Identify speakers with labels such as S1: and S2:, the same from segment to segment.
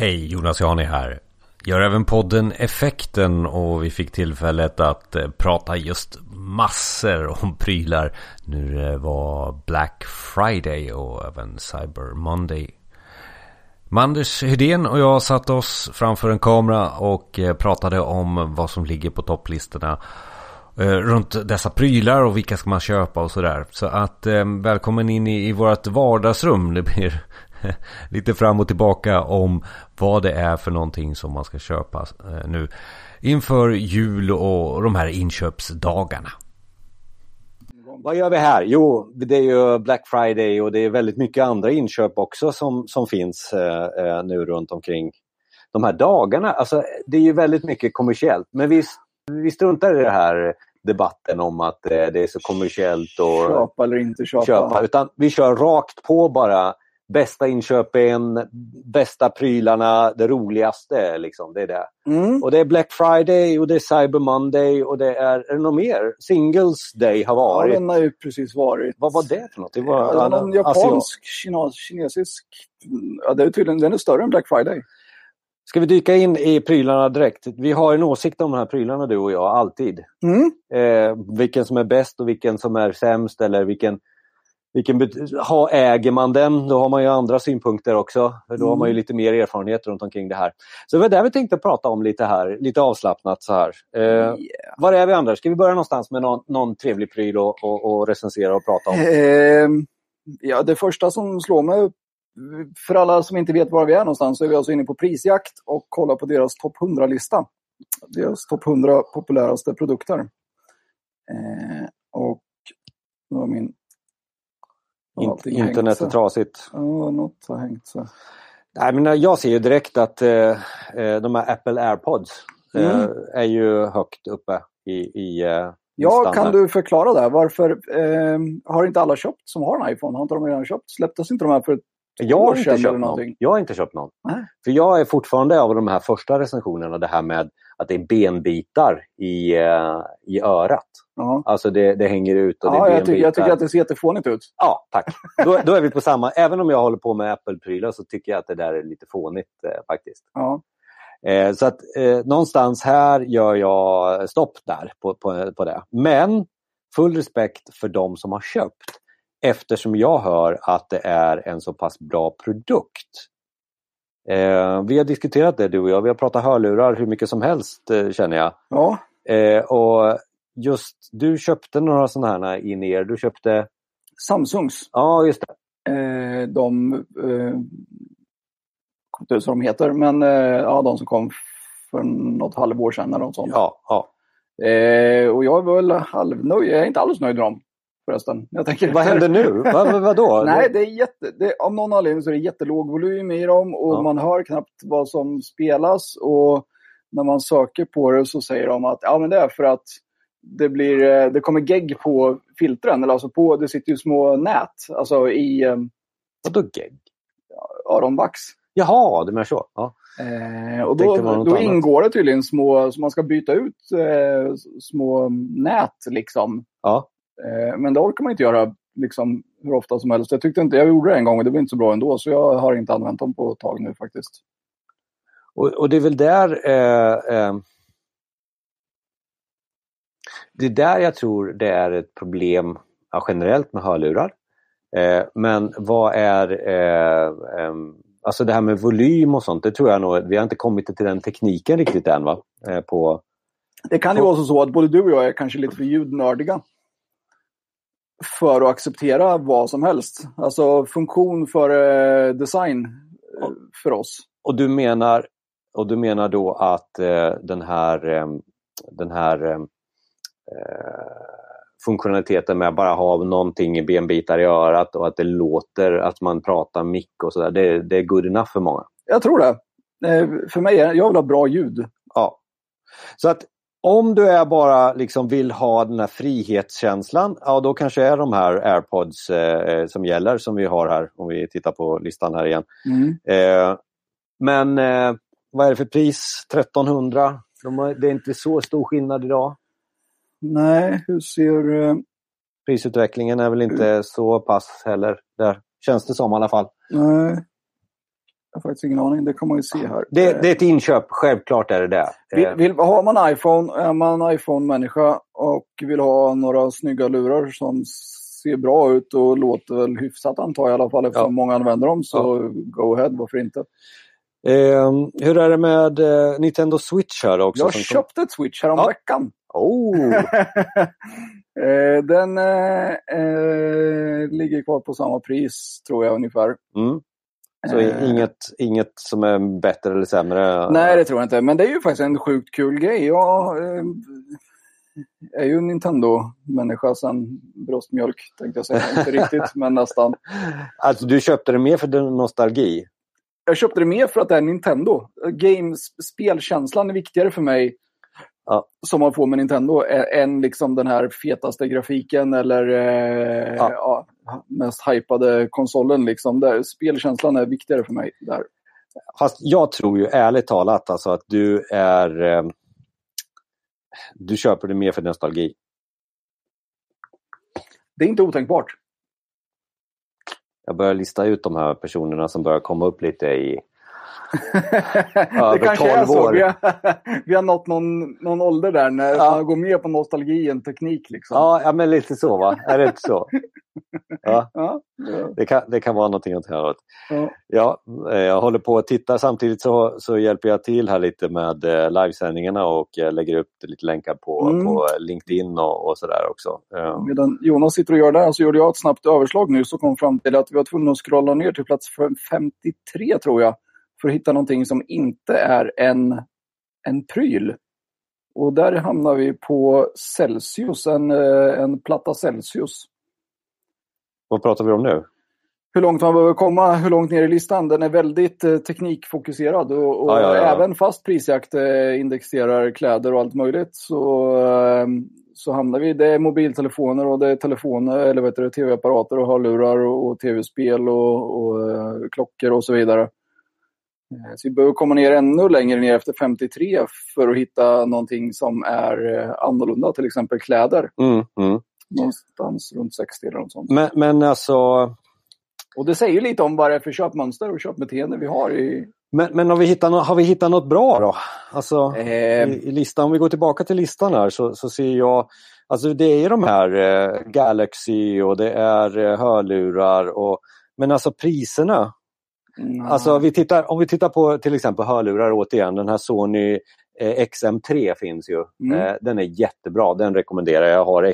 S1: Hej, Jonas Jani här. Gör även podden Effekten och vi fick tillfället att prata just massor om prylar. Nu det var Black Friday och även Cyber Monday. Anders Hedén och jag satt oss framför en kamera och pratade om vad som ligger på topplistorna runt dessa prylar och vilka ska man köpa och sådär. Så att välkommen in i vårt vardagsrum. Det blir lite fram och tillbaka om vad det är för någonting som man ska köpa nu inför jul och de här inköpsdagarna.
S2: Vad gör vi här? Jo, det är ju Black Friday och det är väldigt mycket andra inköp också som finns nu runt omkring de här dagarna. Alltså det är ju väldigt mycket kommersiellt, men vi struntar i det här debatten om att det är så kommersiellt och
S3: köpa eller inte köpa.
S2: Utan vi kör rakt på bara. Bästa inköpen, bästa prylarna, det roligaste liksom, det är det. Och det är Black Friday och det är Cyber Monday och det är det något mer? Singles Day har varit.
S3: Ja, den har ju precis varit.
S2: Vad var det för något? Det var
S3: någon japansk, kinesisk. Ja, det är tydligen, den är större än Black Friday.
S2: Ska vi dyka in i prylarna direkt? Vi har en åsikt om de här prylarna, du och jag, alltid. Vilken som är bäst och vilken som är sämst eller äger man den, då har man ju andra synpunkter också. Då har man ju lite mer erfarenhet runt omkring det här. Så det var där vi tänkte prata om lite här, lite avslappnat så här. Var är vi andra? Ska vi börja någonstans med någon trevlig pryl och recensera och prata om?
S3: Ja, det första som slår mig, för alla som inte vet var vi är någonstans, så är vi alltså inne på Prisjakt och kollar på deras topp 100-lista. Deras topp 100 populäraste produkter. Och nu har min
S2: internet är trasigt.
S3: Ja, något har hängt så.
S2: Nej, men jag ser ju direkt att de här Apple AirPods är ju högt uppe i
S3: ja, kan du förklara det? Varför har inte alla köpt som har en iPhone? Har inte de redan köpt? Släpptes inte de här för
S2: Jag har inte köpt någon. För jag är fortfarande av de här första recensionerna det här med att det är benbitar i örat. Alltså det hänger ut och det är benbitar.
S3: Jag tycker att det ser jättefånigt ut.
S2: Ja, tack. Då är vi på samma. Även om jag håller på med Apple-prylar så tycker jag att det där är lite fånigt faktiskt.
S3: Ja.
S2: Så att någonstans här gör jag stopp där på det. Men full respekt för de som har köpt. Eftersom jag hör att det är en så pass bra produkt. Vi har diskuterat det, du och jag. Vi har pratat hörlurar hur mycket som helst, känner jag.
S3: Ja.
S2: Och just, du köpte några sådana här in-ear. Du köpte
S3: Samsungs.
S2: Ja, just det.
S3: Kommer inte ut vad de heter, men de som kom för något halvår sedan eller något sånt.
S2: Ja.
S3: Och jag är väl halvnöjd. Jag är inte alls nöjd med dem. Förresten. Jag tänker,
S2: vad händer nu? Vadå?
S3: Nej, av någon anledning så är det jättelåg volym i dem och man hör knappt vad som spelas, och när man söker på det så säger de att men det är för att det kommer gegg på filtren, eller alltså det sitter ju små nät alltså i
S2: vadå gegg?
S3: Öronvax.
S2: Jaha, det menar så. Ja.
S3: Och då ingår det tydligen små, så man ska byta ut små nät liksom.
S2: Ja.
S3: Men det orkar man inte göra liksom hur ofta som helst. Jag gjorde det en gång och det var inte så bra ändå, så jag har inte använt dem på ett tag nu faktiskt.
S2: Och det är väl där det är där jag tror det är ett problem generellt med hörlurar. Men vad är alltså det här med volym och sånt, det tror jag nog, vi har inte kommit till den tekniken riktigt än, va?
S3: Det kan ju vara så att både du och jag är kanske lite för ljudnördiga för att acceptera vad som helst. Alltså funktion för design för oss.
S2: Och du menar då att den här funktionaliteten med att bara ha någonting i benbitar i örat och att det låter att man pratar mick och sådär, det är good enough för många?
S3: Jag tror det. För mig jag vill ha bra ljud.
S2: Ja. Så att om du är bara liksom vill ha den här frihetskänslan, då kanske är de här AirPods som gäller, som vi har här, om vi tittar på listan här igen. Men vad är det för pris? 1300? Det är inte så stor skillnad idag.
S3: Nej, hur ser
S2: prisutvecklingen är väl inte så pass heller där, känns det som i alla fall.
S3: Nej. Jag har faktiskt ingen aning, det kan man ju se här.
S2: Det är ett inköp, självklart är det.
S3: Har man iPhone, är man en iPhone-människa och vill ha några snygga lurar som ser bra ut och låter väl hyfsat, antar jag i alla fall, eftersom många använder dem, så go ahead, varför inte?
S2: Hur är det med Nintendo Switch här också?
S3: Jag köpte ett Switch här om veckan. Den ligger kvar på samma pris, tror jag ungefär.
S2: Så inget som är bättre eller sämre?
S3: Nej, det tror jag inte. Men det är ju faktiskt en sjukt kul grej. Jag är ju en Nintendo-människa sen bröstmjölk, tänkte jag säga. Inte riktigt, men nästan.
S2: Alltså, du köpte det mer för den nostalgi?
S3: Jag köpte det mer för att det är Nintendo. Spelkänslan är viktigare för mig som man får med Nintendo än liksom den här fetaste grafiken eller mest hypade konsolen. Liksom. Spelkänslan är viktigare för mig där.
S2: Fast jag tror ju ärligt talat alltså att du köper det mer för nostalgi.
S3: Det är inte otänkbart.
S2: Jag börjar lista ut de här personerna som börjar komma upp lite i
S3: det kanske är så. Vi har nått någon ålder där när man går med på nostalgi än teknik. Liksom.
S2: Ja, men lite så, va? Är det inte så? Ja. Det kan vara någonting åt här. Ja, jag håller på att titta. Samtidigt så hjälper jag till här lite med livesändningarna och lägger upp lite länkar på LinkedIn och sådär också.
S3: Medan Jonas sitter och gör det, så gjorde jag ett snabbt överslag nu, så kom fram till att vi var tvungna att scrolla ner till plats 53, tror jag, för att hitta någonting som inte är en pryl. Och där hamnar vi på Celsius, en platta Celsius.
S2: Vad pratar vi om nu?
S3: Hur långt man behöver komma, hur långt ner i listan. Den är väldigt teknikfokuserad och även fast prisjakt indexerar kläder och allt möjligt, så hamnar vi. Det är mobiltelefoner och det är telefoner, eller vet du, tv-apparater och hörlurar och tv-spel och klockor och så vidare. Så vi behöver komma ner ännu längre ner efter 53 för att hitta någonting som är annorlunda, till exempel kläder. Någonstans runt 60 eller något sånt.
S2: Men alltså...
S3: Och det säger ju lite om vad det är för köpmönster och köpbeteende vi har i...
S2: Men har vi hittat något bra då? Alltså i listan, om vi går tillbaka till listan här så ser jag, alltså det är de här Galaxy och det är hörlurar men alltså priserna. Alltså om vi tittar på till exempel hörlurar återigen, den här Sony XM3 finns ju. Den är jättebra, den rekommenderar jag. Jag har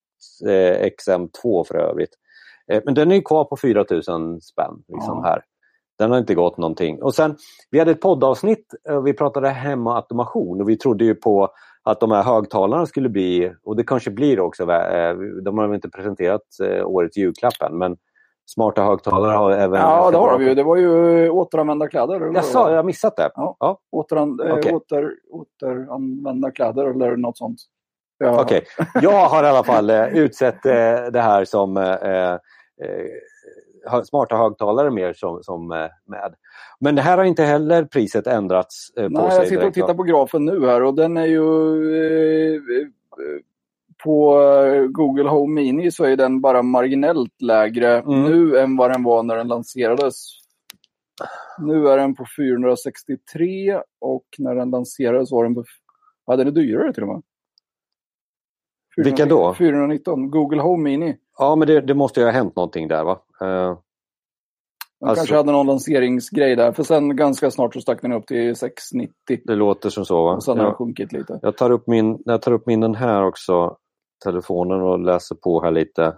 S2: XM2 för övrigt. Men den är kvar på 4 000 spänn liksom här. Den har inte gått någonting. Och sen, vi hade ett poddavsnitt, vi pratade hemautomation och vi trodde ju på att de här högtalarna skulle bli, och det kanske blir också, de har inte presenterat årets julklappen, men smarta högtalare har även...
S3: Ja, det har vi ju. Det var ju återanvända kläder. Eller?
S2: Jag har missat det.
S3: Ja. Återanvända kläder eller något sånt.
S2: Okej. Jag har i alla fall utsett det här som smarta högtalare mer som med. Men det här har inte heller priset ändrats på sig.
S3: Nej, jag sitter och tittar på grafen nu här och den är ju på Google Home Mini så är den bara marginellt lägre nu än vad den var när den lanserades. Nu är den på 463 och när den lanserades var den på... Ja, den är dyrare till och med.
S2: Vilken då?
S3: 419, Google Home Mini.
S2: Ja, men det måste ju ha hänt någonting där, va?
S3: Man kanske hade någon lanseringsgrej där. För sen ganska snart så stack den upp till 690.
S2: Det låter som så, va?
S3: Och sen har den sjunkit lite.
S2: Jag tar upp min den här också, telefonen, och läser på här lite.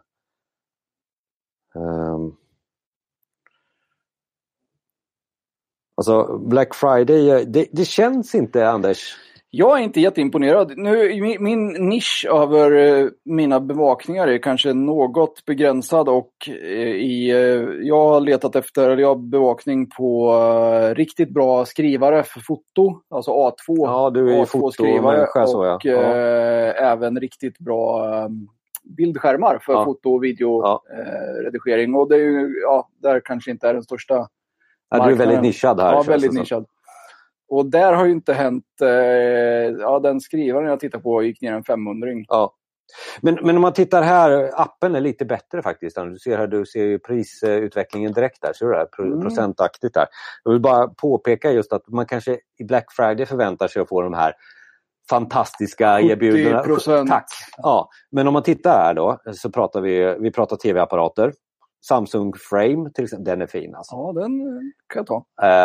S2: Alltså, Black Friday, det känns inte, Anders...
S3: Jag är inte jätteimponerad. Nu, min nisch över mina bevakningar är kanske något begränsad och jag har letat efter, jag har bevakning på riktigt bra skrivare för foto, alltså A2.
S2: Ja, du är
S3: A2-skrivare och även riktigt bra bildskärmar för foto- och videoredigering. Och det är ju, där kanske inte är den största
S2: marknaden. Du är väldigt nischad här.
S3: Ja, väldigt nischad. Och där har ju inte hänt, den skrivaren jag tittar på gick ner en 500.
S2: Ja. Men om man tittar här, appen är lite bättre faktiskt. Du ser ju prisutvecklingen direkt där, ser du det? Procentaktigt där. Jag vill bara påpeka just att man kanske i Black Friday förväntar sig att få de här fantastiska erbjudandena.
S3: 70%.
S2: Tack. Ja, men om man tittar här då så pratar vi pratar tv-apparater. Samsung Frame till exempel, den är fin alltså.
S3: Ja, den kan jag ta.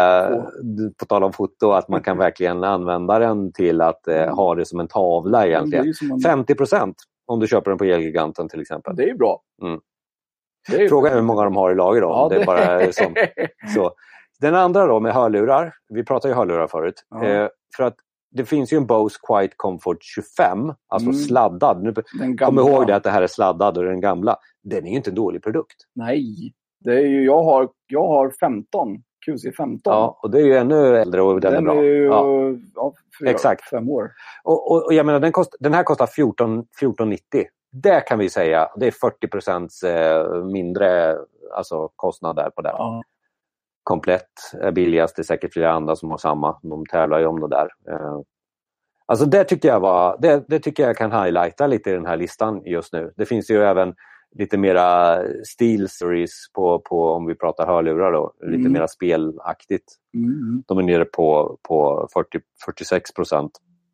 S2: På tal om foto, att man kan verkligen använda den till att ha det som en tavla egentligen. 50% om du köper den på Elgiganten till exempel.
S3: Det är ju bra.
S2: Fråga hur många de har i lager då.
S3: Ja,
S2: det är bara så. Den andra då med hörlurar, vi pratade ju hörlurar förut. För att det finns ju en Bose Quiet Comfort 25, alltså sladdad. Kom ihåg det att det här är sladdad och den gamla. Den är ju inte en dålig produkt.
S3: Nej, det är ju, jag har 15, QC15.
S2: Ja, och det är ju ännu äldre och den är bra.
S3: Är ju,
S2: exakt.
S3: 5 år.
S2: Och jag menar, den här kostar 14,90. Det kan vi säga, det är 40% mindre alltså, kostnad där på det.
S3: Ja.
S2: Komplett är billigast, det är säkert flera andra som har samma. De tävlar ju om det där. Alltså det tycker jag kan highlighta lite i den här listan just nu. Det finns ju även lite mera Steel Series på om vi pratar hörlurar då. Lite mera spelaktigt. De är nere på 46%.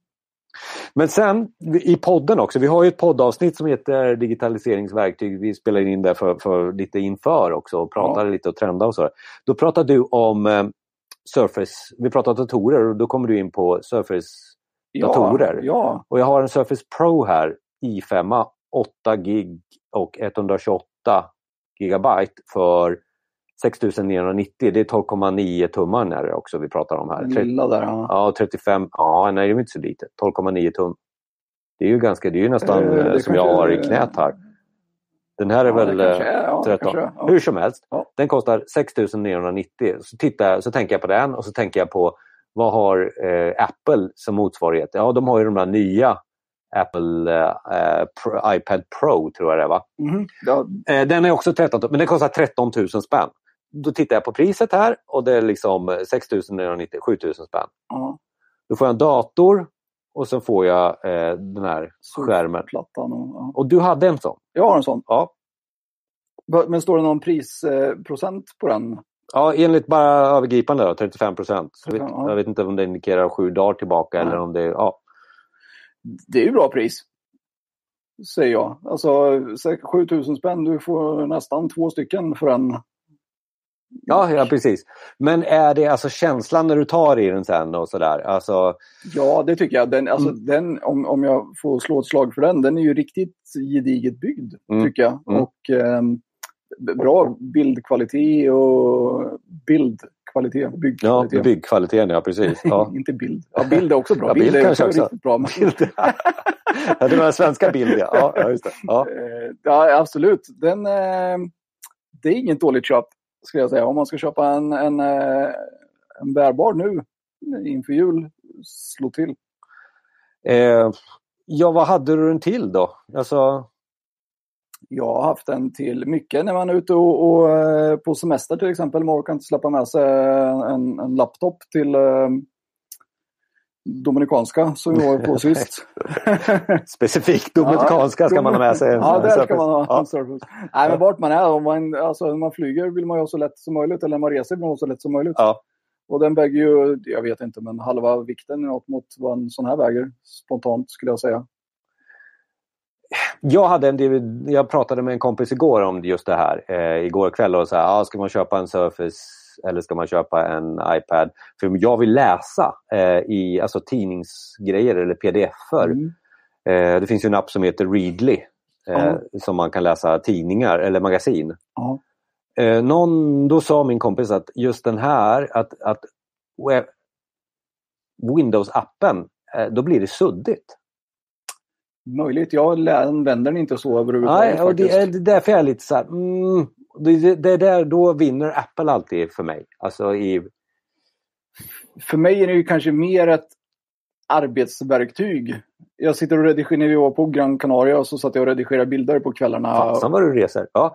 S2: Men sen i podden också, vi har ju ett poddavsnitt som heter digitaliseringsverktyg. Vi spelar in det för lite inför också och pratar lite och trendar och så. Då pratar du om Surface, vi pratar datorer och då kommer du in på Surface-datorer.
S3: Ja. Och
S2: jag har en Surface Pro här, i5, 8 gig och 128 gigabyte för 6990. Det är 12,9 tummar är det också vi pratar om här.
S3: Lilla där,
S2: ja. 35. Ja, nej, det är inte så litet. 12,9 tum. Det är ju nästan som jag har i knät här. Den här är väl 13. Hur som helst. Ja. Den kostar 6990. Så tänker jag på den och så tänker jag på vad har Apple som motsvarighet? Ja, de har ju de där nya Apple iPad Pro tror jag det va?
S3: Ja.
S2: Den är också 13, men den kostar 13 000 spänn. Då tittar jag på priset här och det är liksom 6 990, 7 000 spänn. Då får jag en dator och så får jag den här skärmen. Och du hade en sån?
S3: Jag har en sån.
S2: Ja.
S3: Men står det någon prisprocent på den?
S2: Ja, enligt bara övergripande då, 35%. Jag vet inte om det indikerar 7 dagar tillbaka eller om det är... Ja.
S3: Det är ju bra pris, säger jag. Alltså 7 000 spänn, du får nästan 2 stycken för en.
S2: Ja, precis. Men är det alltså känslan när du tar i den sen och sådär? Alltså...
S3: Ja, det tycker jag. Den, om jag får slå ett slag för den är ju riktigt gediget byggd, tycker jag. Och bra bildkvalitet och byggkvalitet.
S2: Ja, byggkvaliteten, ja precis. Ja.
S3: Inte bild. Ja, bild är också bra.
S2: Ja, bild är också
S3: riktigt bra.
S2: Ja, det var svenska bild, ja. Ja, just det. Ja.
S3: Ja, absolut. Det är inget dåligt köp, ska jag säga. Om man ska köpa en bärbar nu inför jul, slå till.
S2: Ja, vad hade du den till då? Alltså...
S3: Jag har haft den till mycket när man är ute och på semester till exempel. Man kan inte släppa med sig en laptop till Dominikanska som vi var på sist.
S2: Specifikt Dominikanska ska man ha med sig.
S3: Ja, där ska man ha. Nej, men vart man är, när man flyger vill man ju ha så lätt som möjligt. Eller när man reser vill man ha så lätt som möjligt. Ja. Och den väger ju, jag vet inte, men halva vikten är något mot vad en sån här väger. Spontant skulle jag säga.
S2: Jag pratade med en kompis igår om just det här. Igår kväll och sa, ska man köpa en Surface eller ska man köpa en iPad? För jag vill läsa i alltså tidningsgrejer eller pdf-er. Det finns ju en app som heter Readly som man kan läsa tidningar eller magasin. Då sa min kompis att just den här att Windows-appen då blir det suddigt.
S3: Möjligt, jag använder den inte så överhuvudtaget.
S2: Nej, och det är därför jag är lite så här, det där, då vinner Apple alltid för mig. Alltså
S3: För mig är det ju kanske mer ett arbetsverktyg. Jag sitter och redigerar, när vi var på Gran Canaria så satt jag och redigerade bilder på kvällarna.
S2: Fasen vad du reser. Ja.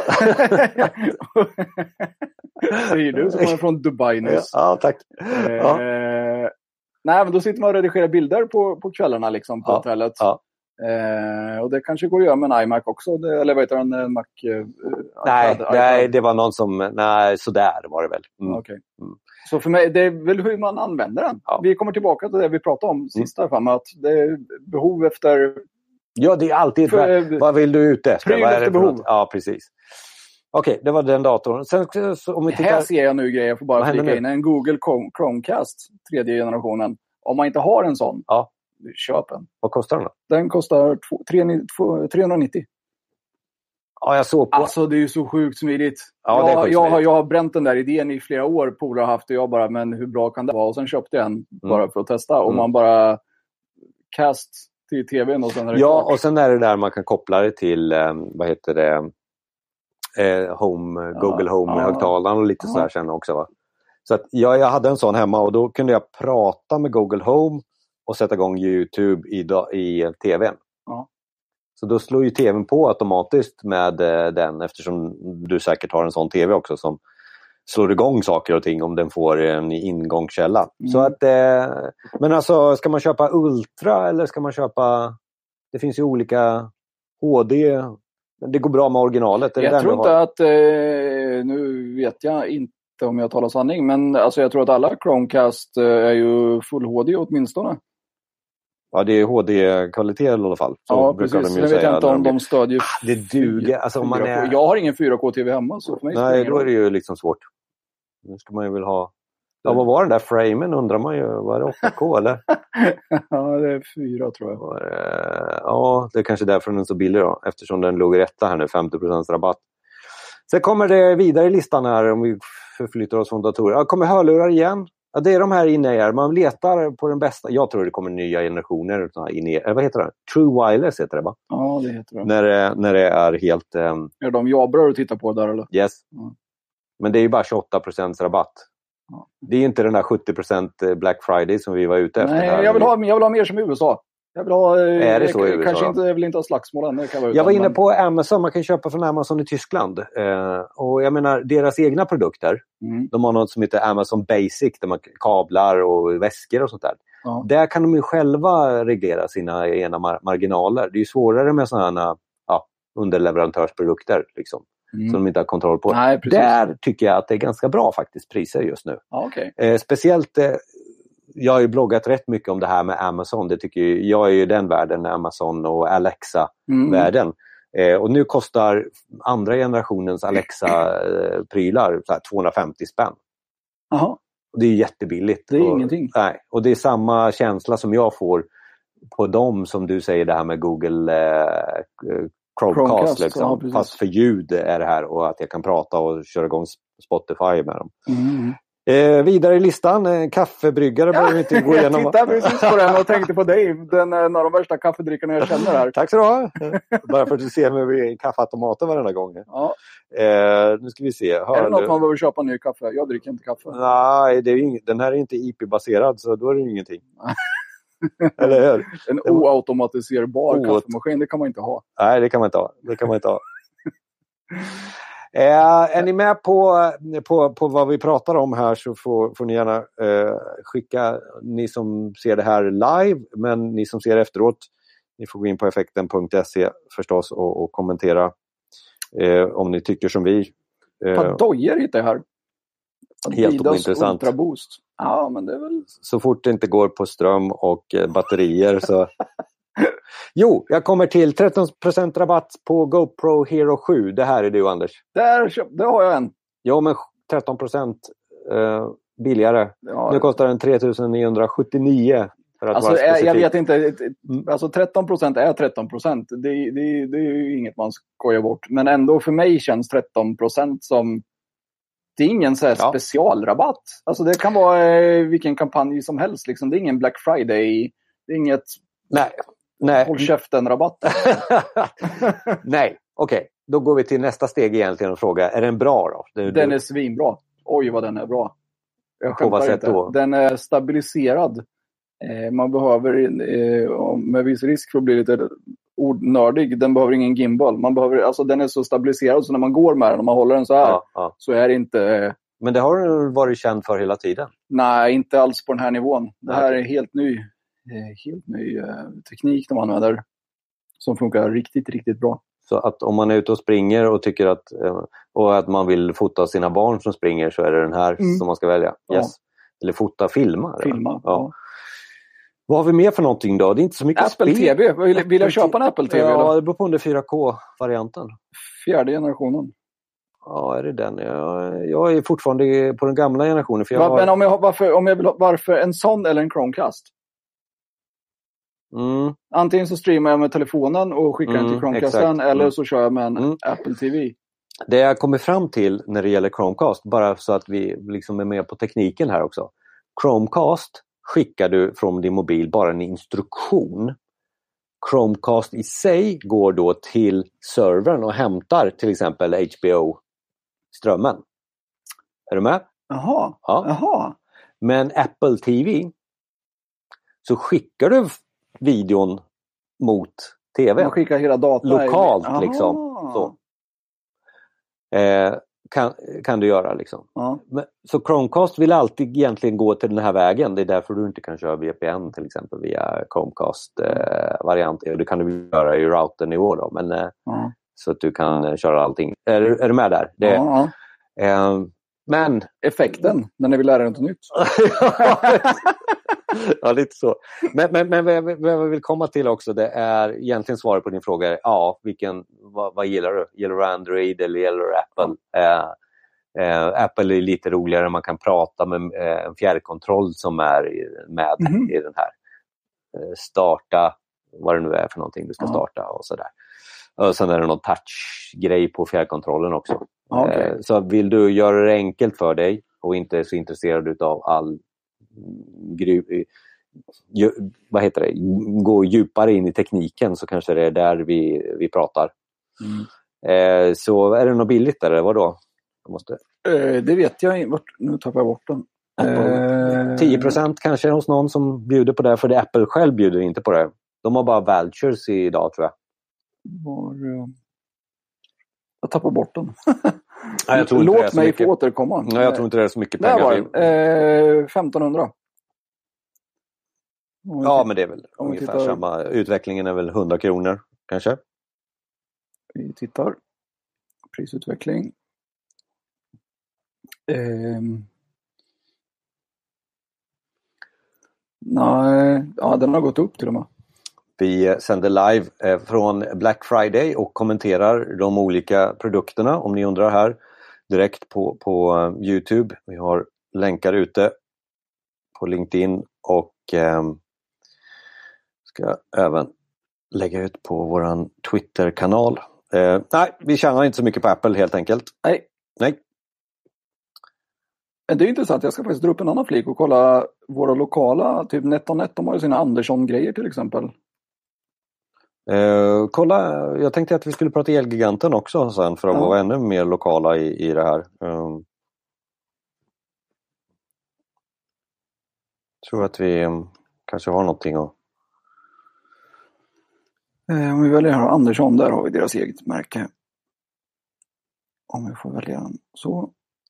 S3: Säger du som är från Dubai nyss.
S2: Ja, tack.
S3: Nej, men då sitter man och redigerar bilder på kvällarna liksom på hotellet. Och det kanske går att göra med en iMac också. Eller vad heter den? En Mac?
S2: Nej, det var någon som... Nej, sådär var det väl.
S3: Okay. Så för mig, det är väl hur man använder den. Ja. Vi kommer tillbaka till det vi pratade om sist här fram. Att det är behov efter...
S2: Ja, det är alltid... vad vill du ut efter?
S3: Pryl efter behov.
S2: Ja, precis. Okej, det var den datorn. Sen, så, om vi tittar...
S3: Här ser jag nu grejer, jag får bara flika in. En Google Chromecast, 3:e generationen. Om man inte har en sån, köp en.
S2: Vad kostar den då?
S3: Den kostar 390.
S2: Ja, jag såg på...
S3: Alltså, det är ju så sjukt smidigt.
S2: Ja,
S3: jag har bränt den där idén i flera år. Polare har haft och jag bara, men hur bra kan det vara? Och sen köpte jag en bara för att testa. Och man bara cast till tvn och sen är det klart.
S2: Och sen är det där man kan koppla det till, vad heter det? Google Home-högtalaren och lite sådär sen också, va? Så att jag hade en sån hemma och då kunde jag prata med Google Home och sätta igång YouTube i tvn.
S3: Ja.
S2: Så då slår ju tvn på automatiskt med den, eftersom du säkert har en sån tv också som slår igång saker och ting om den får en ingångskälla. Så att, men alltså, ska man köpa Ultra eller ska man köpa... Det finns ju olika HD... Det går bra med originalet.
S3: Jag tror inte att... nu vet jag inte om jag talar sanning. Men alltså, jag tror att alla Chromecast är ju full HD åtminstone.
S2: Ja, det är HD-kvalitet i alla fall. Så
S3: ja, precis. Jag vet inte om de stödjer...
S2: det duger. Alltså, om man är...
S3: Jag har ingen 4K-TV hemma. Så för mig
S2: nej, då är det ju liksom svårt. Nu ska man ju väl ha... Ja, vad var den där framen undrar man ju. Var det 8K eller?
S3: Ja, det är 4 tror jag.
S2: Ja, det är kanske därför den är så billig då. Eftersom den låg rätta här nu, 50% rabatt. Sen kommer det vidare i listan här om vi förflyttar oss från datorer. Ja, kommer hörlurar igen. Ja, det är de här inne. Man letar på den bästa. Jag tror det kommer nya generationer. Vad heter det? True Wireless heter det, va?
S3: Ja, det heter det.
S2: När det är helt...
S3: Är de jabrar att titta på där eller?
S2: Yes. Men det är ju bara 28% rabatt.
S3: Ja.
S2: Det är ju inte den där 70% Black Friday som vi var ute efter.
S3: Nej,
S2: här.
S3: jag vill ha mer som i USA. Jag vill ha...
S2: är det så i USA?
S3: Kanske inte, jag vill inte ha slagsmål än.
S2: Jag var inne på Amazon. Man kan köpa från Amazon i Tyskland. Och jag menar, deras egna produkter. De har något som heter Amazon Basic. Där man kablar och väskor och sånt där. Ja. Där kan de ju själva reglera sina ena marginaler. Det är ju svårare med sådana underleverantörsprodukter liksom. Som de inte har kontroll på.
S3: Nej,
S2: där tycker jag att det är ganska bra faktiskt priser just nu.
S3: Ja, okay.
S2: Speciellt, jag har ju bloggat rätt mycket om det här med Amazon. Det tycker jag är ju den världen, Amazon och Alexa-världen. Och nu kostar andra generationens Alexa-prylar 250 spänn.
S3: Aha.
S2: Och det är jättebilligt.
S3: Det är ingenting.
S2: Nej, och det är samma känsla som jag får på dem som du säger det här med Google Chromecast liksom. Ja, fast för ljud är det här och att jag kan prata och köra igång Spotify med dem. Vidare i listan, kaffebryggare behöver vi inte gå igenom.
S3: Jag tittade precis på den och tänkte på dig. Den är en av de värsta kaffedrickarna jag känner här.
S2: Tack så du ha. Bara för att du ser mig vid kaffeautomaten varenda gång.
S3: Ja.
S2: Nu ska vi se.
S3: Är det något man behöver köpa ny kaffe? Jag dricker inte kaffe.
S2: Nej, den här är inte IP-baserad så då är det ingenting. Eller hur?
S3: En oautomatiserbar kaffemaskin, det kan man inte ha.
S2: Nej, det kan man inte ha. Är ni med på vad vi pratar om här så får ni gärna skicka, ni som ser det här live, men ni som ser efteråt, ni får gå in på effekten.se förstås och kommentera om ni tycker som vi.
S3: Dojor hittar jag här.
S2: Helt ointressant.
S3: Ultra Boost. Ja, men det är väl...
S2: Så fort det inte går på ström och batterier så... Jo, jag kommer till 13% rabatt på GoPro Hero 7. Det här är du, Anders.
S3: Där har jag en.
S2: Ja, men 13% billigare. Ja. Nu kostar den 3979 för att vara specifik.
S3: Jag vet inte. Alltså 13% är 13%. Det är ju inget man skojar bort. Men ändå för mig känns 13% som... Det är ingen så här specialrabatt. Alltså det kan vara vilken kampanj som helst. Liksom. Det är ingen Black Friday. Det är inget...
S2: Nej.
S3: Håll käften-rabatt.
S2: Nej, okej. Då går vi till nästa steg egentligen och frågar, är den bra då?
S3: Den är svinbra. Oj vad den är bra. Jag
S2: på vad sätt
S3: inte.
S2: Då?
S3: Den är stabiliserad. Man behöver, med viss risk för att bli lite ordnördig, den behöver ingen gimbal. Den är så stabiliserad så när man går med den och man håller den så här så är det inte...
S2: Men det har du varit känd för hela tiden?
S3: Nej, inte alls på den här nivån. Det här är helt ny teknik de använder. som funkar riktigt, riktigt bra.
S2: Så att om man är ute och springer och tycker att man vill fota sina barn som springer, så är det den här som man ska välja. Yes.
S3: Ja.
S2: Eller filma.
S3: Ja.
S2: Vad har vi mer för någonting då? Det är inte så mycket
S3: Apple TV. Vill jag köpa en Apple TV?
S2: Ja,
S3: eller?
S2: det beror på om det är 4K-varianten.
S3: 4:e generationen.
S2: Ja, är det den? Jag är fortfarande på den gamla generationen. För
S3: Men varför en sån eller en Chromecast? Antingen så streamar jag med telefonen och skickar den till Chromecasten, eller så kör jag med en Apple TV.
S2: Det jag kommer fram till när det gäller Chromecast, bara så att vi liksom är med på tekniken här också. Chromecast skickar du från din mobil bara en instruktion. Chromecast i sig går då till servern och hämtar till exempel HBO-strömmen. Är du med?
S3: Jaha.
S2: Ja.
S3: Jaha.
S2: Men Apple TV, så skickar du videon mot TV.
S3: Man skickar hela datan
S2: lokalt liksom. Så. Kan du göra liksom.
S3: Ja.
S2: Så Chromecast vill alltid egentligen gå till den här vägen. Det är därför du inte kan köra VPN till exempel via Chromecast-varianter. Det kan du göra i routernivå då. Men, så att du kan köra allting. Är du med där? Men
S3: effekten, när ni vill lära er något nytt.
S2: Ja, lite så. Men vad jag vill komma till också, det är egentligen svaret på din fråga. Ja, vad gillar du? Gillar du Android eller gillar du Apple? Apple är lite roligare. Man kan prata med en fjärrkontroll som är med i den här. Starta, vad det nu är för någonting du ska starta och sådär. Och sen är det någon touch-grej på fjärrkontrollen också.
S3: Okay.
S2: Så vill du göra det enkelt för dig och inte är så intresserad av all gå djupare in i tekniken, så kanske det är där vi pratar. Så är det något billigt eller vad då?
S3: Det vet jag inte. Nu tappar jag bort den.
S2: 10% kanske hos någon som bjuder på det, för det Apple själv bjuder inte på det. De har bara vouchers idag, tror jag.
S3: Jag tappar bort den.
S2: Nej, jag tror
S3: Låt mig få återkomma.
S2: Nej, jag tror inte det är så mycket pengar.
S3: 1500.
S2: Ja, men det är väl ungefär samma. Utvecklingen är väl 100 kronor kanske.
S3: Vi tittar. Prisutveckling. Nej, den har gått upp till och med.
S2: Vi sänder live från Black Friday och kommenterar de olika produkterna, om ni undrar, här direkt på YouTube. Vi har länkar ute på LinkedIn och ska även lägga ut på våran Twitter-kanal. Nej, vi tjänar inte så mycket på Apple helt enkelt.
S3: Nej. Det är intressant. Jag ska faktiskt dra upp en annan flik och kolla våra lokala, typ NetOnNet, de har ju sina Andersson-grejer till exempel.
S2: Kolla, jag tänkte att vi skulle prata Elgiganten också sen för att vara ännu mer lokala i det här. Tror att vi kanske har någonting att...
S3: Om vi väljer här Andersson, där har vi deras eget märke. Om vi får välja den så.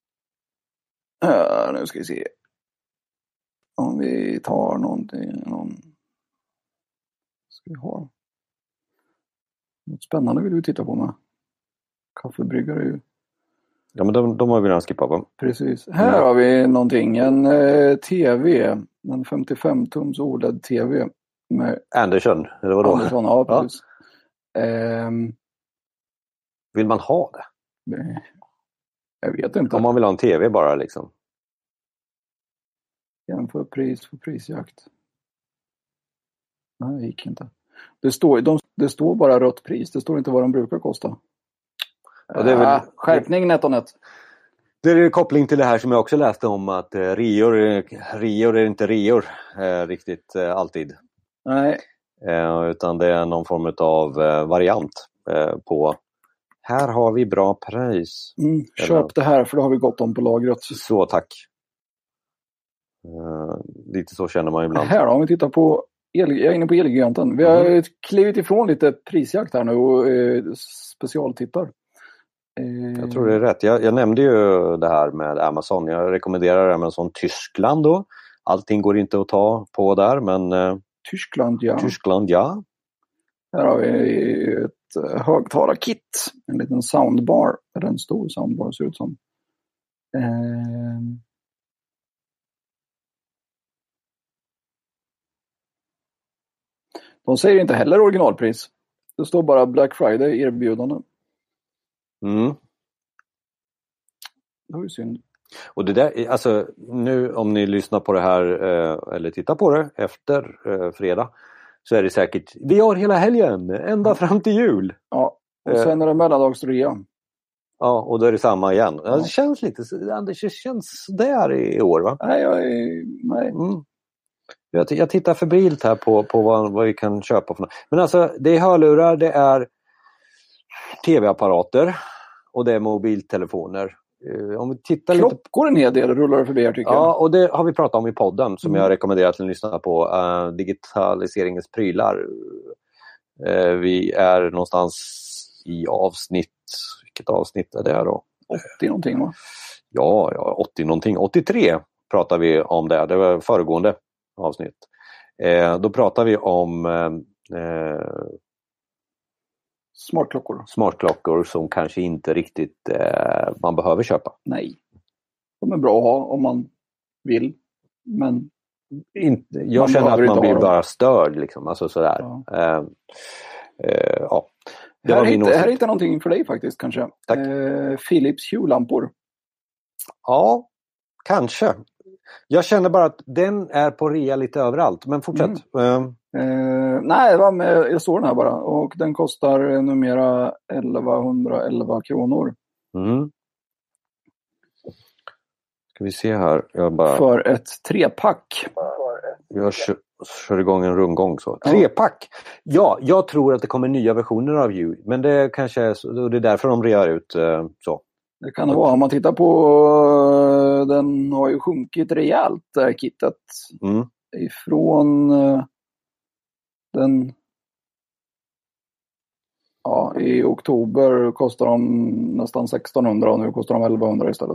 S3: Nu ska vi se. Om vi tar någon ska vi ha något spännande vill vi titta på med. Kaffebryggare ju.
S2: Ja, men de har vi redan skippat på.
S3: Precis. Här har vi någonting. En TV. En 55-tums OLED-TV. Med
S2: Andersson, eller vadå?
S3: Andersson, ja, precis.
S2: Vill man ha det?
S3: Jag vet inte.
S2: Om man vill ha en TV bara liksom.
S3: Jämför pris för prisjakt. Nej, det gick inte. Det står bara rött pris. Det står inte vad de brukar kosta.
S2: Ja, det är väl...
S3: Skärpning NetOnNet.
S2: Det är koppling till det här som jag också läste om, att reor är inte reor riktigt alltid.
S3: Nej.
S2: Utan det är någon form av variant på här har vi bra pris.
S3: Köp det här för då har vi gått om på lagret.
S2: Så tack. Lite så känner man ibland.
S3: Här då, om vi tittar på jag är inne på Elgiganten. Vi har klivit ifrån lite prisjakt här nu och specialtittar.
S2: Jag tror det är rätt. Jag nämnde ju det här med Amazon. Jag rekommenderar Amazon Tyskland då. Allting går inte att ta på där, men
S3: Tyskland, ja.
S2: Tyskland, ja.
S3: Här har vi ett högtalarkit. En liten soundbar. Eller en stor soundbar ser ut som. De säger inte heller originalpris. Det står bara Black Friday erbjudande. Det var ju synd.
S2: Och det där, alltså nu om ni lyssnar på det här eller tittar på det efter fredag, så är det säkert, vi har hela helgen, ända fram till jul.
S3: Ja, och sen är det mellandagsrea.
S2: Ja, och då är det samma igen. Ja. Det känns lite, Anders, det känns där i år, va?
S3: Nej.
S2: Jag tittar febrilt här på vad vi kan köpa för något. Men alltså, det är hörlurar, det är tv-apparater och det är mobiltelefoner. Om vi tittar
S3: klockor en hel del rullar förbi här, tycker jag.
S2: Ja, och det har vi pratat om i podden som jag rekommenderar att ni lyssnar på. Digitaliseringens prylar. Vi är någonstans i avsnitt. Vilket avsnitt är det då?
S3: 80 någonting, va?
S2: Ja, 80 någonting. 83 pratar vi om det. Det var föregående avsnitt. Då pratar vi om smartklockor som kanske inte riktigt man behöver köpa.
S3: Nej. De är bra att ha om man vill. Men
S2: jag känner att man blir bara störd liksom. Alltså sådär. Ja.
S3: Det här är inte någonting för dig faktiskt kanske.
S2: Tack.
S3: Philips Hue-lampor.
S2: Ja, kanske. Jag känner bara att den är på rea lite överallt. Men fortsätt.
S3: Nej, jag såg den här bara. Och den kostar numera 1111 kronor.
S2: Ska vi se här.
S3: För ett 3-pack.
S2: Jag kör igång en rundgång så. 3-pack! Ja, jag tror att det kommer nya versioner av Hue. Men det kanske är, det är därför de rear ut så. Det
S3: kan det vara. Om man tittar på den har ju sjunkit rejält, det här kittet. Ifrån den i oktober kostar de nästan 1600 och nu kostar de 1100 istället.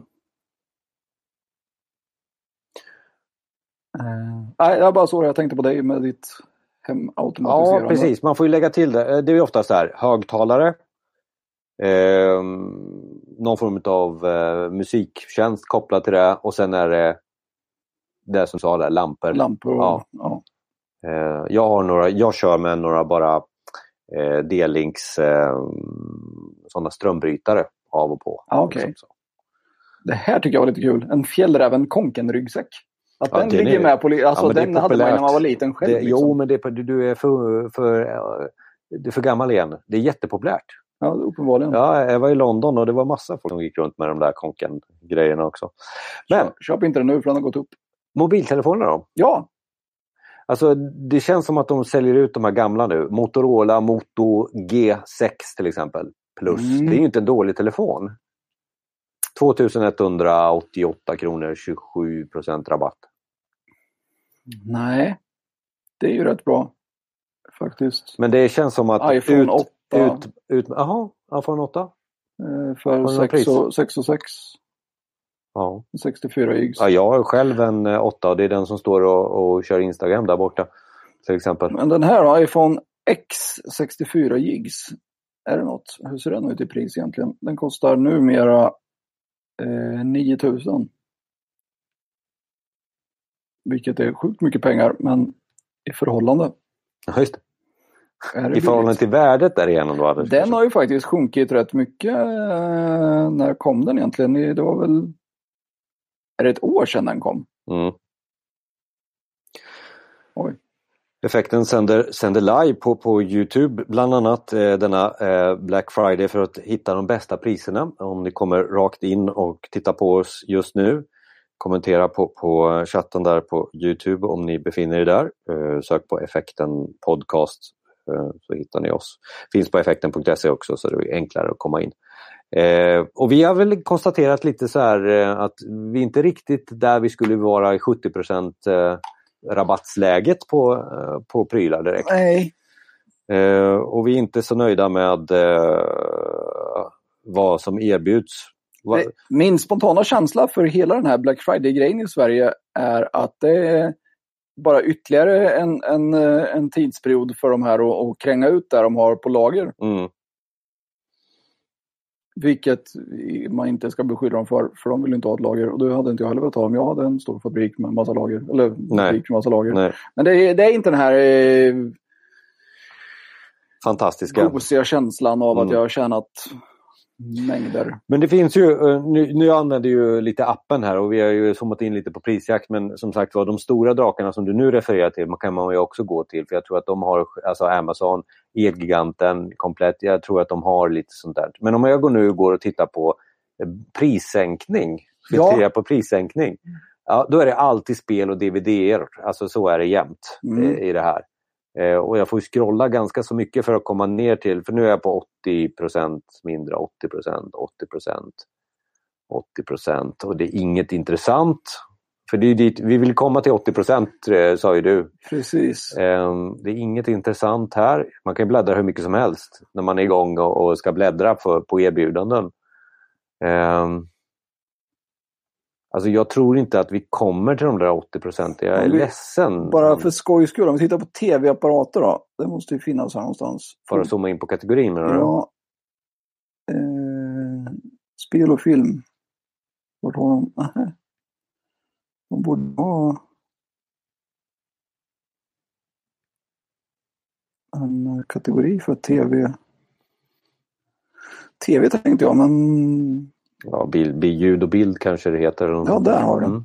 S3: Nej, jag bara så jag tänkte på dig med ditt hemautomatiserande.
S2: Ja, precis. Man får ju lägga till det. Det är ju ofta så här, högtalare. Någon form av musiktjänst kopplad till det. Och sen är det som sa där, lampor.
S3: Ja.
S2: Jag kör med några bara D-Links sådana strömbrytare av och på.
S3: Okay. Det här tycker jag var lite kul. En fjällräven konken-ryggsäck. Att den ligger med på... Alltså den hade man när man var liten själv.
S2: Liksom. Jo, men du är för gammal igen. Det är jättepopulärt.
S3: Ja, uppenbarligen.
S2: Ja, jag var i London och det var massa folk som gick runt med de där konken-grejerna också. Men
S3: köp inte det nu för den har gått upp.
S2: Mobiltelefoner då?
S3: Ja.
S2: Alltså det känns som att de säljer ut de här gamla nu. Motorola Moto G6 till exempel. Plus. Det är ju inte en dålig telefon. 2188 kronor, 27% rabatt.
S3: Nej, det är ju rätt bra faktiskt.
S2: Men det känns som att
S3: iPhone 8.
S2: iPhone 8?
S3: För 6 och 6.
S2: Ja.
S3: 64 gigs.
S2: Ja, jag har själv en 8 och det är den som står och kör Instagram där borta. Till exempel.
S3: Men den här iPhone X 64 gigs. Är det något? Hur ser den ut i pris egentligen? Den kostar numera 9000. Vilket är sjukt mycket pengar, men i förhållande.
S2: Ja, just det. I förhållande till värdet där igenom då?
S3: Den har ju faktiskt sjunkit rätt mycket. När kom den egentligen? Det var väl... Är det ett år sedan den kom? Oj.
S2: Effekten sänder live på YouTube bland annat denna Black Friday för att hitta de bästa priserna. Om ni kommer rakt in och tittar på oss just nu, kommentera på chatten där på YouTube om ni befinner er där. Sök på Effekten podcast så hittar ni oss. Finns på effekten.se också så det är enklare att komma in. Och vi har väl konstaterat lite så här att vi inte riktigt där vi skulle vara i 70% rabattsläget på prylar direkt.
S3: Nej.
S2: Och vi är inte så nöjda med vad som erbjuds.
S3: Min spontana känsla för hela den här Black Friday-grejen i Sverige är att bara ytterligare en tidsperiod för de här att kränga ut där de har på lager. Vilket man inte ska beskydda dem för de vill inte ha ett lager. Och det hade inte jag heller velat ha om jag hade en stor fabrik med massa lager. Eller fabrik med massa lager.
S2: Nej.
S3: Men det är inte den här
S2: fantastiska
S3: gosiga känslan av att jag har tjänat mängder.
S2: Men det finns ju, nu använder ju lite appen här och vi har ju zoomat in lite på prisjakt, men som sagt var, de stora drakarna som du nu refererar till kan man ju också gå till, för jag tror att de har, alltså Amazon, Elgiganten komplett, jag tror att de har lite sånt där. Men om jag går och tittar på prissänkning, filtrerar på prissänkning, ja, då är det alltid spel och DVD-er, alltså så är det jämt i det här. Och jag får ju scrolla ganska så mycket för att komma ner till, för nu är jag på 80% mindre, 80% och det är inget intressant, för det är dit, vi vill komma till 80%, sa ju du.
S3: Precis.
S2: Det är inget intressant här, man kan bläddra hur mycket som helst när man är igång och ska bläddra på erbjudanden. Alltså jag tror inte att vi kommer till de där 80%. Jag är ledsen.
S3: Bara för skojs skull, om vi tittar på tv-apparater då. Det måste ju finnas här någonstans.
S2: För att zooma in på kategorin. Eller?
S3: Ja. Spel och film. Vart har de? De borde ha en kategori för tv. TV tänkte jag, men...
S2: Ja, ljud och bild kanske det heter.
S3: Ja, där har den.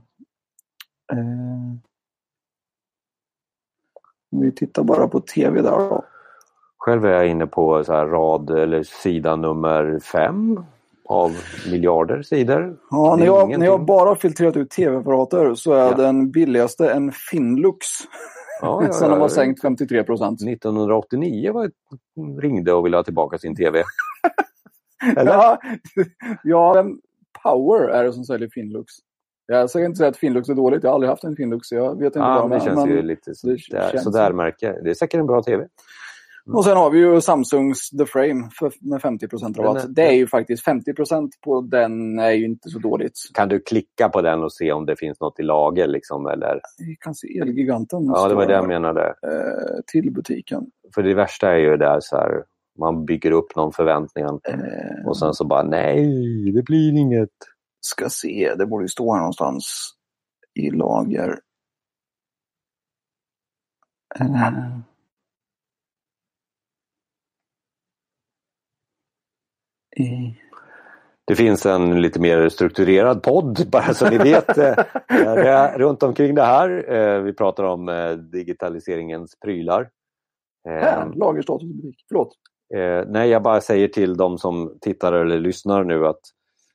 S3: Vi tittar bara på tv där då.
S2: Själv är jag inne på så här rad eller sida nummer 5 av miljarder sidor.
S3: Ja, när jag bara filtrerat ut tv-apparater så är den billigaste en Finlux. Ja, sen har man sänkt 53%.
S2: 1989 ringde och ville ha tillbaka sin tv.
S3: Eller? Ja, Power är det som säljer Finlux. Jag ska inte säga att Finlux är dåligt. Jag har aldrig haft en Finlux. Jag vet inte vad
S2: det känns ju lite sådär märke. Det är säkert en bra tv.
S3: Och sen har vi ju Samsungs The Frame med 50% rabatt. Det är ju faktiskt 50% på den är ju inte så dåligt.
S2: Kan du klicka på den och se om det finns något i lager liksom, eller?
S3: Vi kan se Elgiganten.
S2: Ja, det var det jag menade.
S3: Till butiken.
S2: För det värsta är ju där så här, man bygger upp någon förväntning och sen så bara nej, det blir inget.
S3: Ska se, det borde ju stå här någonstans i lager.
S2: Det finns en lite mer strukturerad podd, bara så ni vet, runt omkring det här. Vi pratar om digitaliseringens prylar.
S3: Lagerstatus i butik, förlåt.
S2: Nej, jag bara säger till de som tittar eller lyssnar nu att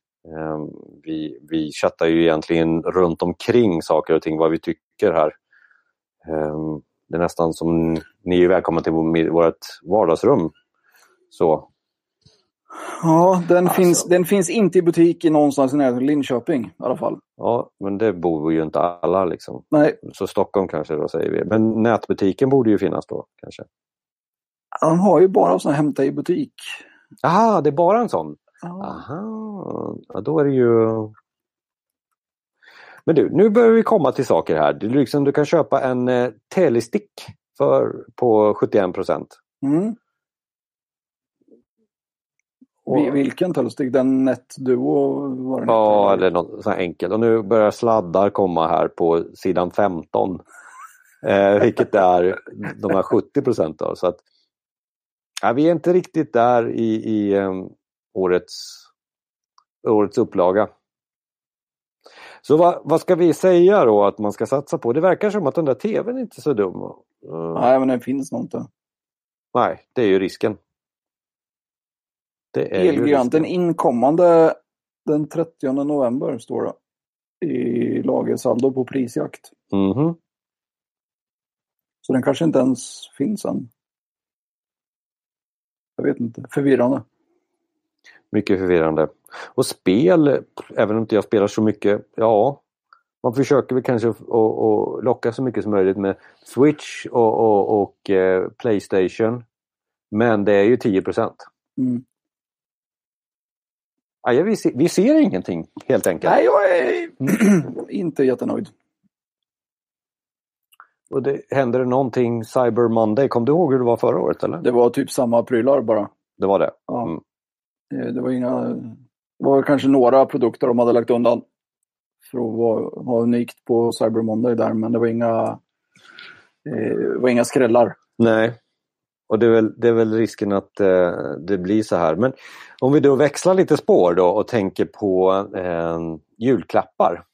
S2: vi chattar ju egentligen runt omkring saker och ting, vad vi tycker här. Det är nästan som ni är välkomna till vårt vardagsrum. Så.
S3: Ja, den finns inte i butik i någonstans i Linköping i alla fall.
S2: Ja, men det bor ju inte alla liksom.
S3: Nej.
S2: Så Stockholm kanske då, säger vi. Men nätbutiken borde ju finnas då kanske.
S3: Han har ju bara sån här hämta i butik.
S2: Aha, det är bara en sån?
S3: Ja.
S2: Aha, ja, då är det ju... Men du, nu börjar vi komma till saker här. Du kan köpa en telestick på 71%.
S3: Mm. Vilken telestick? Den NetDuo var det?
S2: Ja, eller något så här enkelt. Och nu börjar sladdar komma här på sidan 15. Vilket är de här 70% då. Så att vi är inte riktigt där i årets upplaga. Så vad ska vi säga då att man ska satsa på? Det verkar som att den där tvn inte är så dum.
S3: Nej, men den finns nog inte.
S2: Nej, det är ju risken.
S3: Elgiganten inkommande den 30 november står det. I lagersaldo på prisjakt.
S2: Mhm.
S3: Så den kanske inte ens finns än. Jag vet inte. Förvirrande.
S2: Mycket förvirrande. Och spel, även om inte jag spelar så mycket, ja, man försöker väl kanske att locka så mycket som möjligt med Switch och PlayStation. Men det är ju 10%.
S3: Mm.
S2: Ja, vi ser ingenting helt enkelt.
S3: Nej, jag är inte jättenöjd.
S2: Och det hände någonting Cyber Monday. Kom du ihåg hur det var förra året eller?
S3: Det var typ samma prylar bara.
S2: Det var det?
S3: Ja. Det var kanske några produkter de hade lagt undan för att vara unikt på Cyber Monday där, men det var inga skrällar.
S2: Nej, och det är väl risken att det blir så här. Men om vi då växlar lite spår då och tänker på julklappar.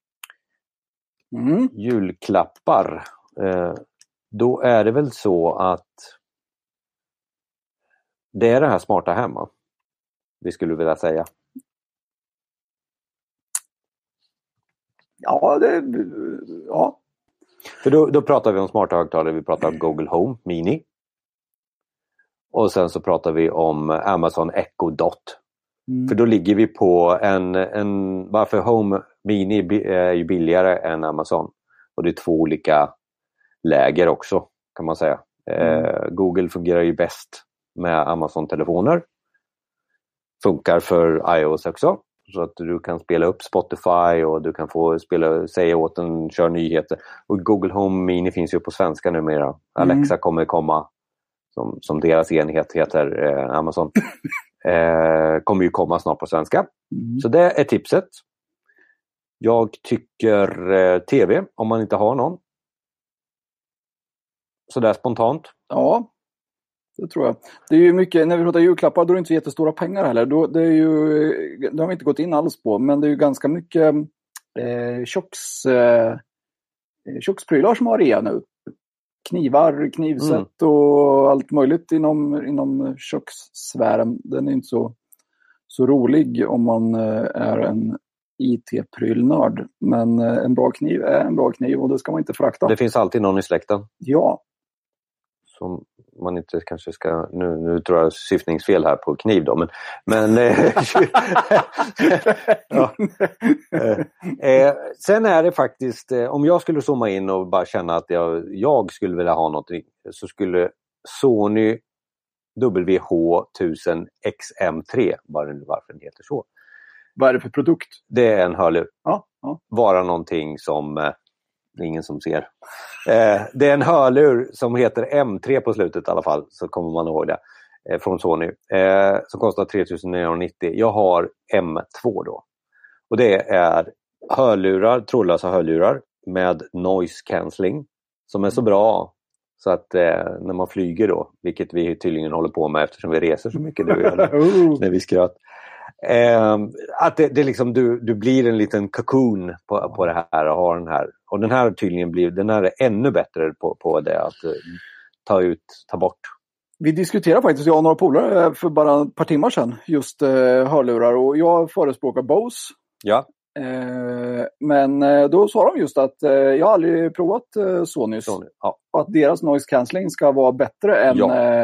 S2: Julklappar. Då är det väl så att det är det här smarta hemma. Vi skulle vilja säga.
S3: Ja.
S2: För då pratar vi om smarta högtalare. Vi pratar om Google Home Mini. Och sen så pratar vi om Amazon Echo Dot. För då ligger vi på varför Home Mini är ju billigare än Amazon. Och det är 2 olika läger också kan man säga. Google fungerar ju bäst med Amazon-telefoner. Funkar för iOS också. Så att du kan spela upp Spotify och du kan få säga åt den, kör nyheter. Och Google Home Mini finns ju på svenska numera. Alexa kommer komma, som deras enhet heter Amazon. Kommer ju komma snart på svenska. Så det är tipset. Jag tycker tv, om man inte har någon. Sådär spontant.
S3: Ja, det tror jag. Det är ju mycket, när vi pratar julklappar, då är det inte så jättestora pengar heller. Det har vi inte gått in alls på, men det är ju ganska mycket köksprylar som har rea nu. Knivar, knivset och allt möjligt inom kökssfären. Den är inte så rolig om man är en IT-prylnörd. Men en bra kniv är en bra kniv och det ska man inte förakta.
S2: Det finns alltid någon i släkten.
S3: Ja.
S2: Som man inte kanske ska... Nu tror jag syftningsfel här på kniv då. Men sen är det faktiskt... Om jag skulle zooma in och bara känna att jag skulle vilja ha något, så skulle Sony WH-1000XM3, varför den heter så.
S3: Vad är det för produkt?
S2: Det är en hörlur.
S3: Ja.
S2: Vara någonting som... Det är ingen som ser. Det är en hörlur som heter M3 på slutet i alla fall. Så kommer man ihåg det. Från Sony. Som kostar 3990. Jag har M2 då. Och det är hörlurar, trådlösa hörlurar. Med noise cancelling. Som är så bra. Så att när man flyger då. Vilket vi tydligen håller på med eftersom vi reser så mycket. När vi skröt. Att det liksom du blir en liten cocoon på det här och har den här. Och den här tydligen den här är ännu bättre på det att ta bort.
S3: Vi diskuterade faktiskt, jag och några polare för bara ett par timmar sedan, just hörlurar, och jag förespråkar Bose.
S2: Ja.
S3: Men då sa de just att jag har aldrig provat Sony.
S2: Ja.
S3: Och att deras noise cancelling ska vara bättre än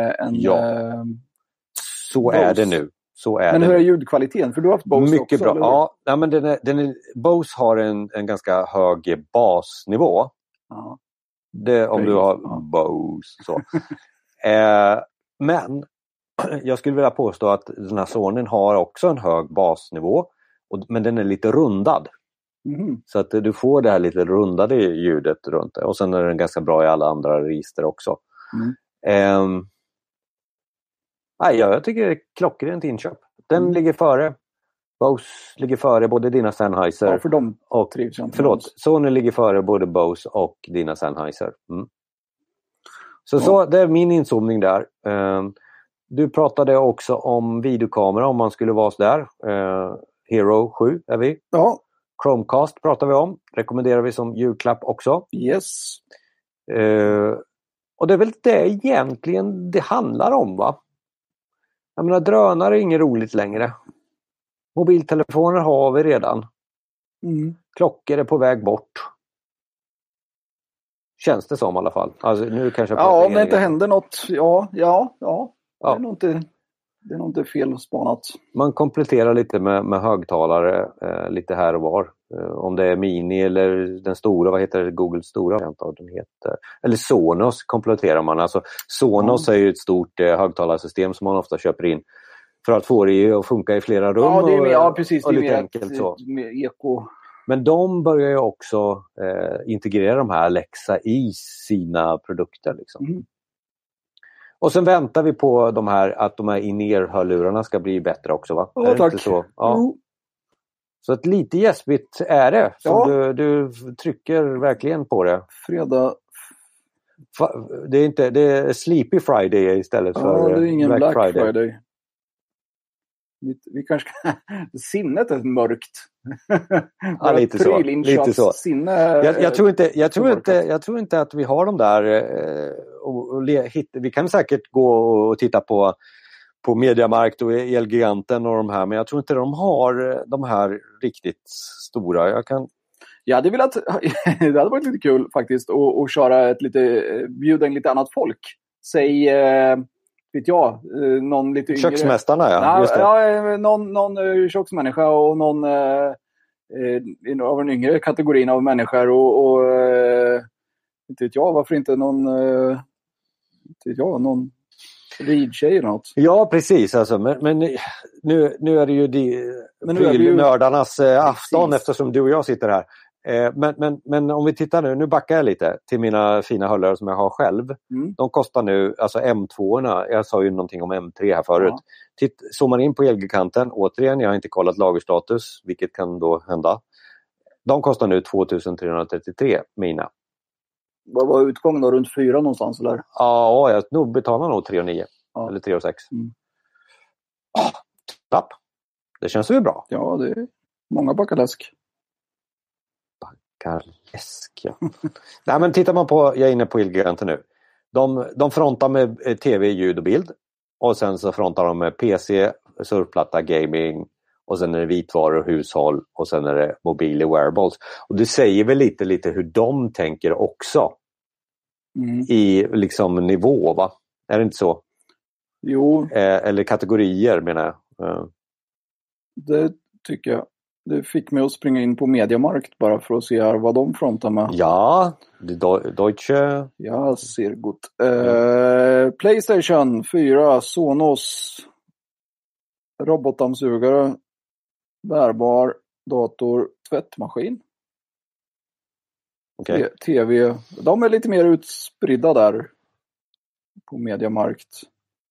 S2: så
S3: Bose.
S2: Är det nu.
S3: Men hur är ljudkvaliteten? För du har haft Bose
S2: mycket
S3: också.
S2: Mycket bra. Ja, men Bose har en ganska hög basnivå.
S3: Ja.
S2: Om du har Bose. Så. Men jag skulle vilja påstå att den här Sonyn har också en hög basnivå. Men den är lite rundad. Så att du får det här lite rundade ljudet runt det. Och sen är den ganska bra i alla andra register också. Jag tycker det är klockrent inköp. Den ligger före. Bose ligger före både dina Sennheiser.
S3: Ja, för dem
S2: och Sony ligger före både Bose och dina Sennheiser. Så det är min inzoomning där. Du pratade också om videokamera om man skulle vara så där. Hero 7 är vi.
S3: Ja.
S2: Chromecast pratar vi om. Rekommenderar vi som julklapp också.
S3: Yes.
S2: Och det är väl det egentligen det handlar om, va? Jag menar, drönare är inget roligt längre. Mobiltelefoner har vi redan. Klockor är på väg bort. Känns det som i alla fall. Alltså, nu kanske
S3: om det inte händer något. Ja. Det är nog inte fel spanat.
S2: Man kompletterar lite med högtalare lite här och var. Om det är Mini eller den stora, vad heter det? Googles stora? Den heter. Eller Sonos kompletterar man. Alltså, Sonos är ju ett stort högtalarsystem som man ofta köper in för att få det att funka i flera rum.
S3: Ja, det är precis.
S2: Och
S3: det är
S2: lite
S3: mer
S2: enkelt så.
S3: Med eko.
S2: Men de börjar ju också integrera de här Alexa i sina produkter. Liksom.
S3: Mm.
S2: Och sen väntar vi på att de här in-ear-hörlurarna ska bli bättre också, va?
S3: Ja, tack.
S2: Inte så? Ja. Så ett lite gäspigt är det. Som du trycker verkligen på det.
S3: Fredag.
S2: Det är Sleepy Friday istället för
S3: det är ingen
S2: Black
S3: Friday. Vi kanske sinnet är mörkt.
S2: Ja, lite så. Jag tror inte att vi har de där vi kan säkert gå och titta på Mediamarkt och Elgiganten och de här, men jag tror inte de har de här riktigt stora.
S3: Det hade varit lite kul faktiskt att köra bjuda in lite annat folk. Säg vet jag, någon lite yngre.
S2: Köksmästarna, ja. Just det.
S3: Ja, någon köksmänniska och någon av den yngre kategorin av människor och inte vet jag, varför inte någon ridtjej eller något.
S2: Ja, precis. Alltså, men nu är det ju nördarnas afton eftersom du och jag sitter här. Men om vi tittar nu backar jag lite till mina fina hörlurar som jag har själv.
S3: Mm.
S2: De kostar nu, alltså M2-orna, jag sa ju någonting om M3 här förut. Ja. Zoomar in på Elgiganten, återigen, jag har inte kollat lagerstatus, vilket kan då hända. De kostar nu 2333 mina.
S3: Vad var utgången då? Runt 4 någonstans eller?
S2: Ja, jag betalar nog 3,9 eller 3,6. Mm. Det känns ju bra.
S3: Ja, det är många backar läsk.
S2: Ja. Nej, men tittar man på, jag är inne på Elgiganten nu. De frontar med tv, ljud och bild. Och sen så frontar de med PC, surfplatta, gaming. Och sen är det vitvaror, hushåll. Och sen är det mobil och wearables. Och det säger väl lite hur de tänker också. I liksom nivå, va? Är det inte så?
S3: Jo.
S2: Eller kategorier menar jag.
S3: Det tycker jag. Det fick mig att springa in på Mediamarkt bara för att se vad de frontar med.
S2: Ja, Deutsche.
S3: Ja, ser gott. PlayStation 4, Sonos, robotdammsugare, bärbar, dator, tvättmaskin.
S2: Okay.
S3: TV. De är lite mer utspridda där på Mediamarkt.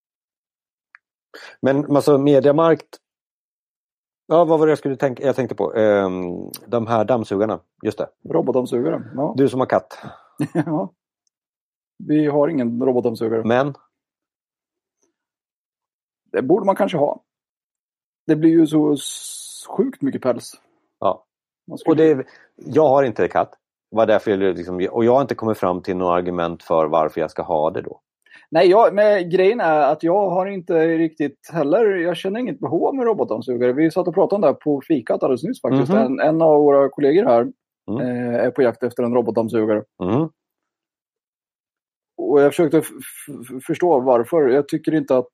S2: Men alltså Mediamarkt. Ja, vad var det jag tänkte på? De här dammsugarna, just det.
S3: Robotdammsugare, ja.
S2: Du som har katt.
S3: Ja. Vi har ingen robotdammsugare.
S2: Men?
S3: Det borde man kanske ha. Det blir ju så sjukt mycket päls.
S2: Ja. Och jag har inte katt. Var därför och jag har inte kommit fram till några argument för varför jag ska ha det då.
S3: Nej, men grejen är att jag har inte riktigt heller, jag känner inget behov med robotdammsugare. Vi satt och pratade om det här på fikat alldeles nyss faktiskt. Mm-hmm. En av våra kollegor här är på jakt efter en robotdammsugare. Mm. Och jag försökte förstå varför. Jag tycker inte att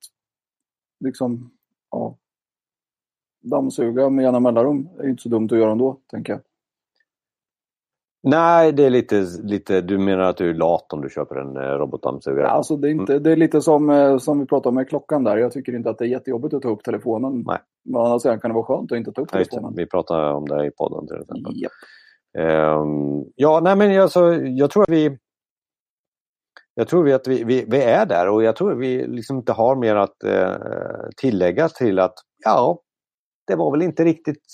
S3: dammsuga med jämna mellanrum är inte så dumt att göra ändå, tänker jag.
S2: Nej, det är lite du menar att du är lat om du köper en robotdammsugare.
S3: Alltså det är inte det är lite som vi pratade om med klockan där. Jag tycker inte att det är jättejobbigt att ta upp telefonen.
S2: Nej.
S3: Men annars kan det vara skönt att inte ta upp telefonen.
S2: Vi pratade om det i podden till exempel.
S3: Yep.
S2: Jag tror att vi är där och jag tror vi liksom inte har mer att tillägga till att det var väl inte riktigt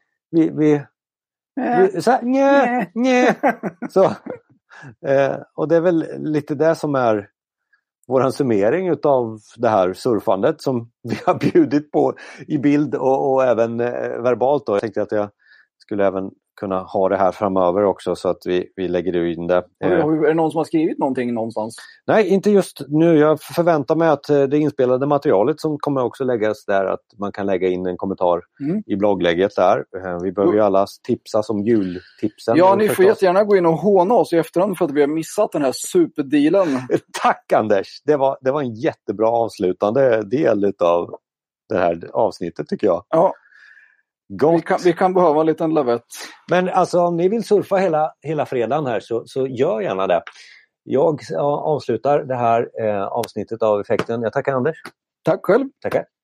S2: Så, och det är väl lite det som är våran summering utav det här surfandet som vi har bjudit på i bild och även verbalt då. Jag tänkte att jag skulle även kunna ha det här framöver också så att vi lägger in det.
S3: Är det någon som har skrivit någonting någonstans?
S2: Nej, inte just nu. Jag förväntar mig att det inspelade materialet som kommer också läggas där, att man kan lägga in en kommentar i blogglägget där. Vi behöver ju alla tipsa som jultipsen.
S3: Ja, ni får jättegärna gå in och håna oss i efterhand för att vi har missat den här superdealen.
S2: Tack Anders! Det var en jättebra avslutande del av det här avsnittet tycker jag.
S3: Ja. Vi kan behöva en liten lavett.
S2: Men alltså om ni vill surfa hela fredagen här så gör gärna det. Jag avslutar det här avsnittet av Effekten. Jag tackar Anders.
S3: Tack själv.
S2: Tackar.